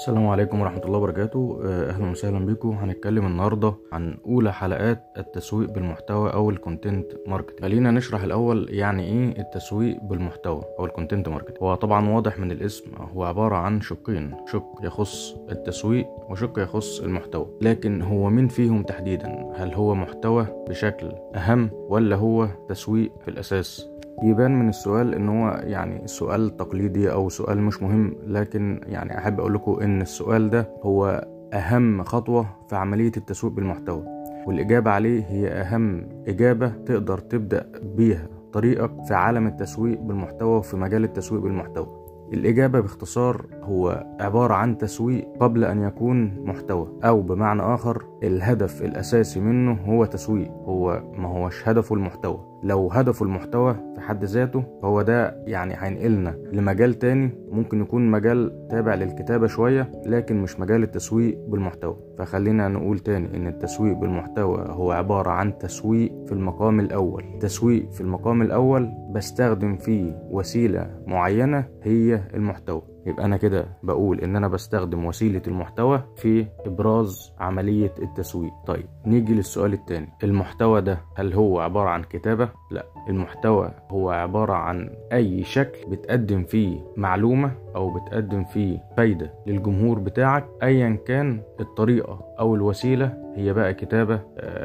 السلام عليكم ورحمة الله وبركاته. أهلا وسهلا بكم. هنتكلم النهاردة عن أولى حلقات التسويق بالمحتوى أو الكونتنت ماركتنج. خلينا نشرح الأول يعني إيه التسويق بالمحتوى أو الكونتنت ماركتنج. هو طبعا واضح من الاسم، هو عبارة عن شقين، شق يخص التسويق وشق يخص المحتوى، لكن هو مين فيهم تحديدا؟ هل هو محتوى بشكل أهم ولا هو تسويق في الأساس؟ يبان من السؤال ان هو يعني السؤال تقليدي او سؤال مش مهم، لكن يعني احب اقول لكم ان السؤال ده هو اهم خطوة في عملية التسويق بالمحتوى، والاجابة عليه هي اهم اجابة تقدر تبدأ بيها طريقك في عالم التسويق بالمحتوى وفي مجال التسويق بالمحتوى. الإجابة باختصار هو عبارة عن تسويق قبل أن يكون محتوى، أو بمعنى آخر الهدف الأساسي منه هو تسويق، هو ما هوش هدفه المحتوى. لو هدفه المحتوى في حد ذاته فهو ده يعني هينقلنا لمجال تاني، ممكن يكون مجال تابع للكتابة شوية لكن مش مجال التسويق بالمحتوى. فخلينا نقول تاني إن التسويق بالمحتوى هو عبارة عن تسويق في المقام الأول. تسويق في المقام الأول بستخدم فيه وسيلة معينة هي المحتوى. يبقى أنا كده بقول إن أنا بستخدم وسيلة المحتوى في إبراز عملية التسويق. طيب نيجي للسؤال التاني، المحتوى ده هل هو عبارة عن كتابة؟ لا، المحتوى هو عبارة عن أي شكل بتقدم فيه معلومة أو بتقدم فيه فايدة للجمهور بتاعك، أيا كان الطريقة أو الوسيلة، هي بقى كتابة،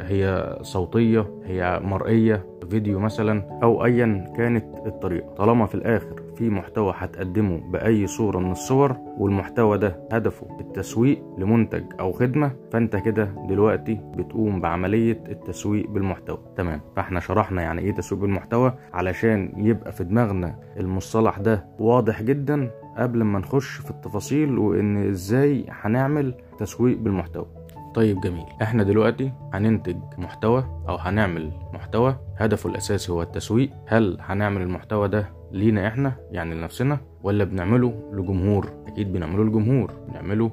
هي صوتية، هي مرئية، فيديو مثلا، أو أيا كانت الطريقة، طالما في الآخر في محتوى هتقدمه بأي صورة من الصور والمحتوى ده هدفه التسويق لمنتج أو خدمة، فأنت كده دلوقتي بتقوم بعملية التسويق بالمحتوى. تمام، فاحنا شرحنا يعني إيه تسويق بالمحتوى علشان يبقى في دماغنا المصطلح ده واضح جدا قبل ما نخش في التفاصيل وإن إزاي هنعمل تسويق بالمحتوى. طيب جميل، احنا دلوقتي هننتج محتوى او هنعمل محتوى هدفه الاساسي هو التسويق. هل هنعمل المحتوى ده لينا احنا يعني لنفسنا ولا بنعمله لجمهور؟ اكيد بنعمله لجمهور، بنعمله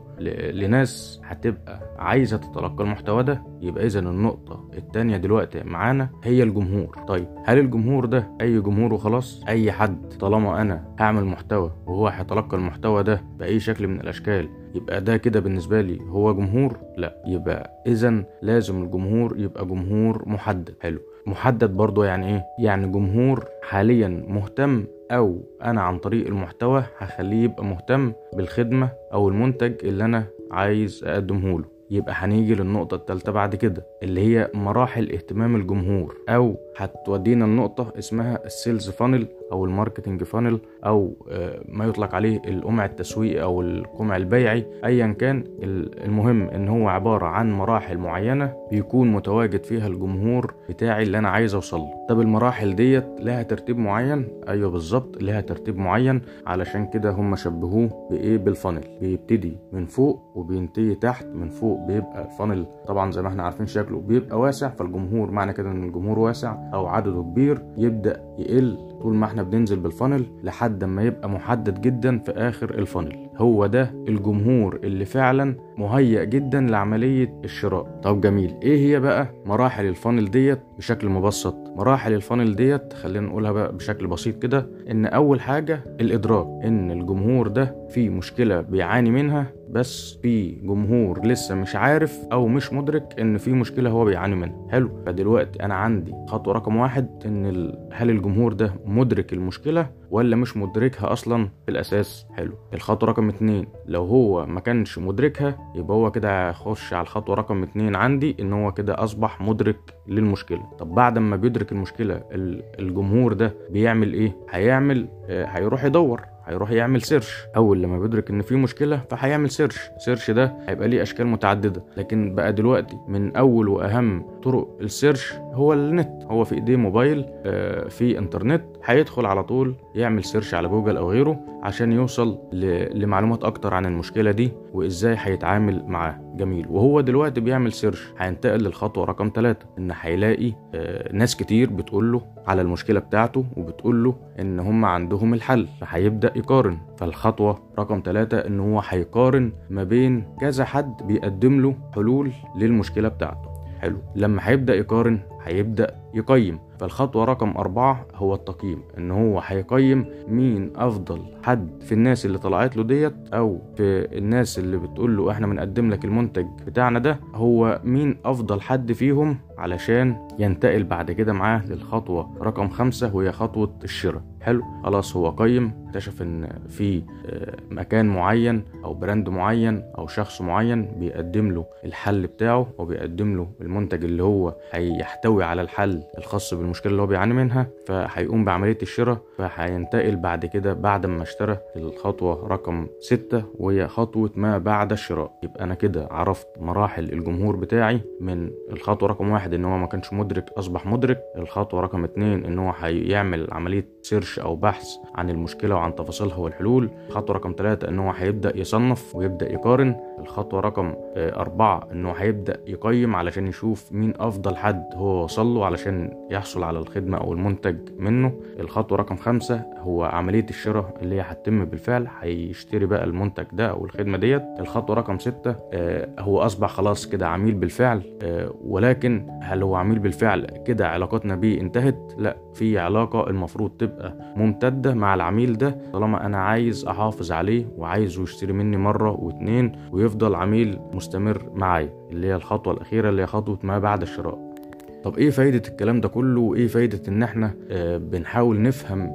لناس هتبقى عايزة تتلقى المحتوى ده. يبقى اذا النقطة التانية دلوقتي معانا هي الجمهور. طيب هل الجمهور ده اي جمهور وخلاص؟ اي حد طالما انا هعمل محتوى وهو هيتلقى المحتوى ده باي شكل من الاشكال يبقى ده كده بالنسبة لي هو جمهور؟ لا، يبقى اذا لازم الجمهور يبقى جمهور محدد. حلو، محدد برضو يعني ايه؟ يعني جمهور حاليا مهتم، او انا عن طريق المحتوى هخليه يبقى مهتم بالخدمة او المنتج اللي انا عايز اقدمه له. يبقى هنيجي للنقطة الثالثة بعد كده اللي هي مراحل اهتمام الجمهور، او هتودينا النقطة اسمها السيلز فانل او الماركتنج فانل، او ما يطلق عليه القمع التسويقي او القمع البيعي، ايا كان. المهم ان هو عبارة عن مراحل معينة بيكون متواجد فيها الجمهور بتاعي اللي انا عايز اوصل له. طب المراحل ديت لها ترتيب معين؟ ايوه بالظبط لها ترتيب معين، علشان كده هم شبهوه بايه؟ بالفانل. بيبتدي من فوق وبينتهي تحت. من فوق بيبقى الفانل طبعا زي ما احنا عارفين شكله بيبقى واسع، فالجمهور معنى كده ان الجمهور واسع او عدده كبير، يبدأ يقل طول ما احنا بننزل بالفانل لحد ما يبقى محدد جدا في اخر الفانل. هو ده الجمهور اللي فعلا مهيأ جدا لعملية الشراء. طب جميل، ايه هي بقى مراحل الفانل ديت بشكل مبسط؟ مراحل الفانل ديت خلينا نقولها بقى بشكل بسيط كده، ان اول حاجة الادراك، ان الجمهور ده في مشكلة بيعاني منها، بس في جمهور لسه مش عارف او مش مدرك ان في مشكلة هو بيعاني منها. حلو، فدلوقتي انا عندي خطوة رقم 1 ان هل الجمهور ده مدرك المشكلة ولا مش مدركها اصلا في الاساس؟ حلو. الخطوة رقم 2 لو هو ما كانش مدركها يبقى هو كده هيخش على الخطوة رقم 2 عندي ان هو كده اصبح مدرك للمشكلة. طب بعد ما بيدرك المشكلة الجمهور ده بيعمل ايه؟ هيروح يدور، هيروح يعمل سيرش. اول لما بيدرك ان في مشكله فهيعمل سيرش ده هيبقى ليه اشكال متعدده، لكن بقى دلوقتي من اول واهم طرق السيرش هو النت. هو في ايديه موبايل، في انترنت، هيدخل على طول يعمل سيرش على جوجل او غيره عشان يوصل لمعلومات اكتر عن المشكله دي وازاي هيتعامل معاها. جميل، وهو دلوقتي بيعمل سيرش هينتقل للخطوه رقم 3 ان هيلاقي ناس كتير بتقول له على المشكله بتاعته وبتقول له ان هم عندهم الحل، فهيبدا يقارن. فالخطوه رقم 3 ان هو هيقارن ما بين كذا حد بيقدم له حلول للمشكله بتاعته. حلو. لما هيبدأ يقارن هيبدأ يقيم. فالخطوة رقم 4 هو التقييم، ان هو هيقيم مين افضل حد في الناس اللي طلعت له ديت، او في الناس اللي بتقول له احنا بنقدم لك المنتج بتاعنا ده، هو مين افضل حد فيهم، علشان ينتقل بعد كده معاه للخطوة رقم 5 وهي خطوة الشراء. حلو. خلاص هو قيم، اكتشف ان في مكان معين او براند معين او شخص معين بيقدم له الحل بتاعه، او بيقدم له المنتج اللي هو هيحتوي على الحل الخاص بالمشكله اللي هو بيعاني منها، فهيقوم بعمليه الشراء. فهينتقل بعد كده بعد ما اشترى الخطوه رقم 6 وهي خطوه ما بعد الشراء. يبقى انا كده عرفت مراحل الجمهور بتاعي، من الخطوه رقم 1 ان هو ما كانش مدرك اصبح مدرك، الخطوه رقم 2 ان هو هيعمل عمليه سيرش او بحث عن المشكله وعن تفاصيلها والحلول، الخطوه رقم 3 ان هو هيبدا يصنف ويبدا يقارن، الخطوه رقم 4 ان هو هيبدا يقيم علشان يشوف مين افضل حد هو وصل له علشان يحصل على الخدمه او المنتج منه، الخطوه رقم 5 هو عمليه الشراء اللي هي هتتم بالفعل، هيشتري بقى المنتج ده او الخدمه ديت، الخطوه رقم 6 هو اصبح خلاص كده عميل بالفعل. ولكن هل هو عميل بالفعل كده علاقتنا بيه انتهت؟ لا، في علاقه المفروض تبقى ممتده مع العميل ده، طالما انا عايز احافظ عليه وعايزه يشتري مني مره و2 ويفضل عميل مستمر معايا، اللي هي الخطوه الاخيره اللي هي خطوه ما بعد الشراء. طب ايه فايدة الكلام ده كله، وايه فايدة ان احنا بنحاول نفهم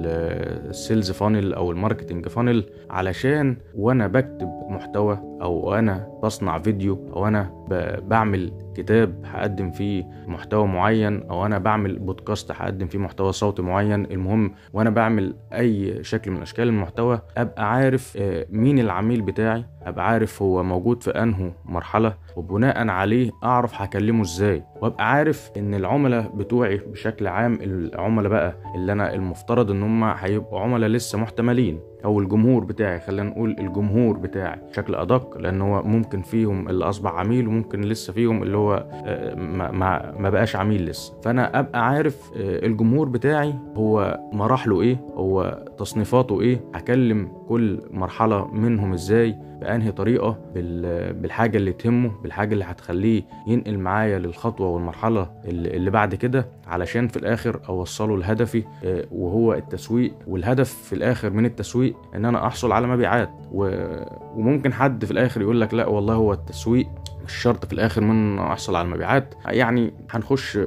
السيلز فانل او الماركتنج فانل، علشان وانا بكتب محتوى او انا بصنع فيديو او انا بعمل كتاب هقدم فيه محتوى معين، او انا بعمل بودكاست هقدم فيه محتوى صوتي معين، المهم وانا بعمل اي شكل من اشكال المحتوى ابقى عارف مين العميل بتاعي، ابقى عارف هو موجود في انهي مرحلة، وبناء عليه اعرف هكلمه ازاي، وابقى عارف ان العملاء بتوعي بشكل عام، العملاء بقى اللي انا المفترض ان هم هيبقوا عملاء لسه محتملين، او الجمهور بتاعي، خلينا نقول الجمهور بتاعي بشكل ادق، لان هو ممكن فيهم اللي اصبح عميل وممكن لسه فيهم اللي هو ما بقاش عميل لسه. فانا ابقى عارف الجمهور بتاعي هو مراحله ايه، هو تصنيفاته ايه، هكلم كل مرحلة منهم ازاي، بأنهي طريقة، بالحاجة اللي تهمه، بالحاجة اللي هتخليه ينقل معايا للخطوة والمرحلة اللي بعد كده، علشان في الآخر أوصله لهدفي وهو التسويق. والهدف في الآخر من التسويق إن أنا أحصل على مبيعات. وممكن حد في الآخر يقول لك لا والله هو التسويق مش شرط في الاخر من احصل على المبيعات، يعني هنخش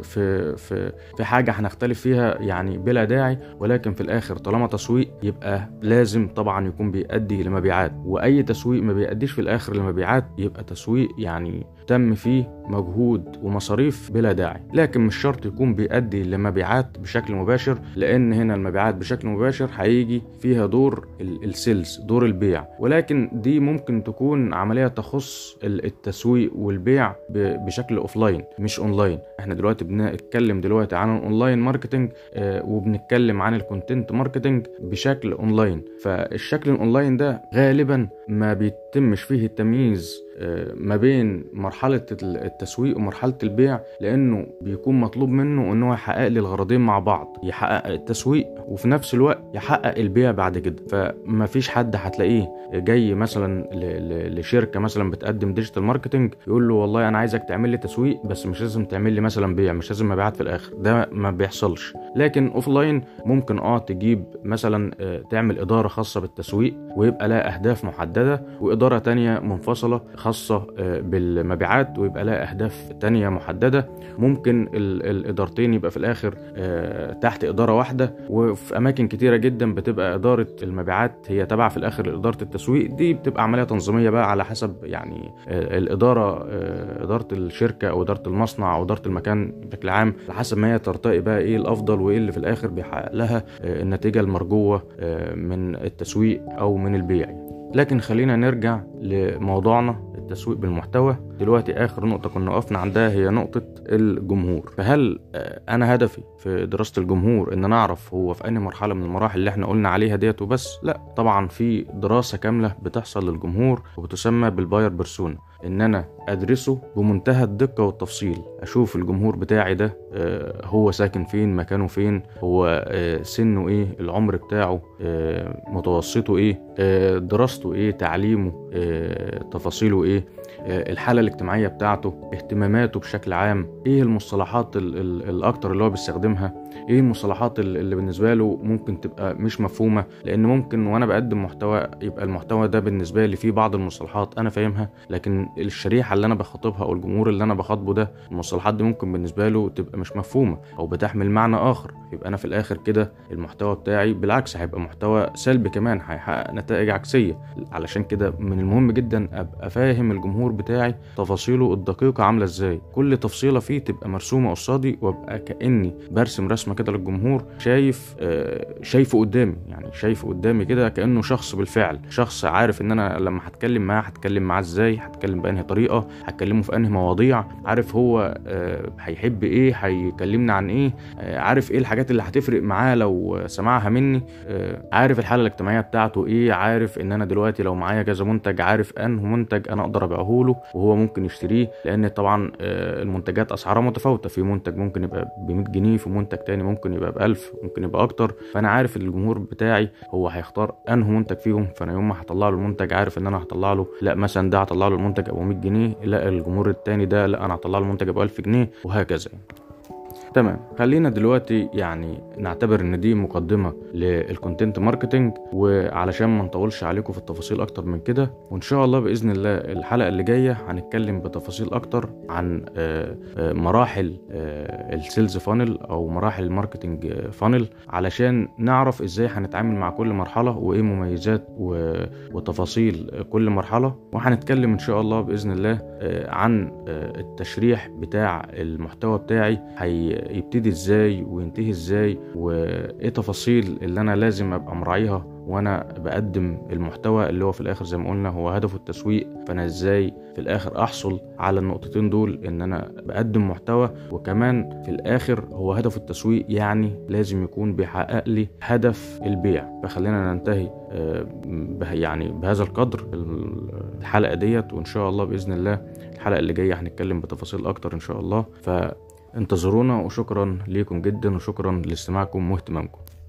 في حاجه هنختلف فيها يعني بلا داعي، ولكن في الاخر طالما تسويق يبقى لازم طبعا يكون بيؤدي لمبيعات، واي تسويق ما بيؤديش في الاخر لمبيعات يبقى تسويق يعني تم فيه مجهود ومصاريف بلا داعي. لكن مش شرط يكون بيؤدي لمبيعات بشكل مباشر، لان هنا المبيعات بشكل مباشر هيجي فيها دور السيلز، دور البيع، ولكن دي ممكن تكون عمليه تخص التسويق والبيع بشكل اوفلاين مش اونلاين. احنا دلوقتي بنتكلم دلوقتي عن الاونلاين ماركتنج وبنتكلم عن الكونتنت ماركتنج بشكل اونلاين. فالشكل الاونلاين ده غالبا ما بيتمش فيه التمييز ما بين مرحلة التسويق ومرحلة البيع، لأنه بيكون مطلوب منه أنه يحقق لي الغرضين مع بعض، يحقق التسويق وفي نفس الوقت يحقق البيع بعد كده. فما فيش حد هتلاقيه جاي مثلا لشركة مثلا بتقدم ديجيتال ماركتنج يقول له والله أنا عايزك تعمل لي تسويق بس مش لازم تعمل لي مثلا بيع، مش لازم مبيعات في الآخر، ده ما بيحصلش. لكن أوفلاين ممكن تجيب مثلا تعمل إدارة خاصة بالتسويق ويبقى لها أهداف محددة، وإدارة تانية منفصلة خاصة بالمبيعات ويبقى لها أهداف تانية محددة. ممكن الإدارتين يبقى في الآخر تحت إدارة واحدة، وفي أماكن كتيرة جدا بتبقى إدارة المبيعات هي تابعة في الآخر لإدارة التسويق. دي بتبقى عملية تنظيمية بقى على حسب يعني الإدارة، إدارة الشركة أو إدارة المصنع أو إدارة المكان بشكل عام، على حسب ما هي ترتقي بقى إيه الأفضل وإيه اللي في الآخر بيحقق لها النتيجة المرجوة من التسويق أو من البيع. لكن خلينا نرجع لموضوعنا التسويق بالمحتوى. دلوقتي آخر نقطة كنا وقفنا عندها هي نقطة الجمهور. فهل أنا هدفي في دراسة الجمهور إن نعرف هو في أي مرحلة من المراحل اللي احنا قلنا عليها ديت وبس؟ لا طبعا، في دراسة كاملة بتحصل للجمهور وبتسمى بالباير بيرسونا. ان انا ادرسه بمنتهى الدقة والتفصيل، اشوف الجمهور بتاعي ده هو ساكن فين، مكانه فين، هو سنه ايه، العمر بتاعه متوسطه ايه، دراسته ايه، تعليمه تفاصيله ايه، الحالة الاجتماعية بتاعته، اهتماماته بشكل عام، ايه المصطلحات الاكتر اللي هو بيستخدمها، ايه المصطلحات اللي بالنسبة له ممكن تبقى مش مفهومة، لان ممكن وانا بقدم محتوى يبقى المحتوى ده بالنسبة لي فيه بعض المصطلحات انا فاهمها، لكن الشريحة اللي انا بخاطبها او الجمهور اللي انا بخاطبه ده المصطلحات دي ممكن بالنسبة له تبقى مش مفهومة او بتحمل معنى اخر، يبقى انا في الاخر كده المحتوى بتاعي بالعكس هيبقى محتوى سلبي كمان، هيحقق نتائج عكسية. علشان كده من المهم جدا ابقى فاهم الجمهور بتاعي تفاصيله الدقيقة عاملة ازاي، كل تفصيلة فيه تبقى مرسومة قصادي، وابقى كأني برسم رسمة كده للجمهور، شايفه قدامي، يعني شايفه قدامي كده كأنه شخص بالفعل، شخص عارف ان انا لما هتكلم معاه ازاي، هتكلم بأنهي طريقة، هتكلمه في انهي مواضيع، عارف هو هيحب ايه، هيكلمنا عن ايه، عارف ايه الحاجات اللي هتفرق معاه لو سمعها مني، عارف الحالة الاجتماعية بتاعته ايه، عارف ان انا دلوقتي لو معايا كذا منتج عارف انه منتج انا اقدر ابيعه له وهو ممكن يشتريه، لان طبعا المنتجات اسعارها متفاوتة، في منتج ممكن يبقى ب100 جنيه، في منتج تاني ممكن يبقى ب1000، ممكن يبقى اكتر، فانا عارف الجمهور بتاعي هو هيختار انه منتج فيهم، فانا يوم ما هطلع له المنتج عارف ان انا هطلع له لا مثلا ده هطلع له المنتج ابو 100 جنيه، لا الجمهور التاني ده لا انا هطلع له المنتج ابو 1000 جنيه، وهكذا. تمام، خلينا دلوقتي يعني نعتبر ان دي مقدمة للكونتنت ماركتينج، وعلشان ما نطولش عليكم في التفاصيل اكتر من كده، وان شاء الله باذن الله الحلقة اللي جاية هنتكلم بتفاصيل اكتر عن مراحل السيلز فانل او مراحل الماركتينج فانل، علشان نعرف ازاي هنتعامل مع كل مرحلة وايه مميزات وتفاصيل كل مرحلة، وهنتكلم ان شاء الله باذن الله عن التشريح بتاع المحتوى بتاعي هيبتدي ازاي وينتهي ازاي، وايه تفاصيل اللي انا لازم ابقى مراعيها وانا بقدم المحتوى اللي هو في الاخر زي ما قلنا هو هدفه التسويق، فانا ازاي في الاخر احصل على النقطتين دول، ان انا بقدم محتوى وكمان في الاخر هو هدفه التسويق، يعني لازم يكون بيحقق لي هدف البيع. فخلينا ننتهي يعني بهذا القدر الحلقة ديت، وان شاء الله باذن الله الحلقة اللي جاية هنتكلم بتفاصيل اكتر ان شاء الله، فانتظرونا، وشكرا ليكم جدا، وشكرا لاستماعكم واهتمامكم.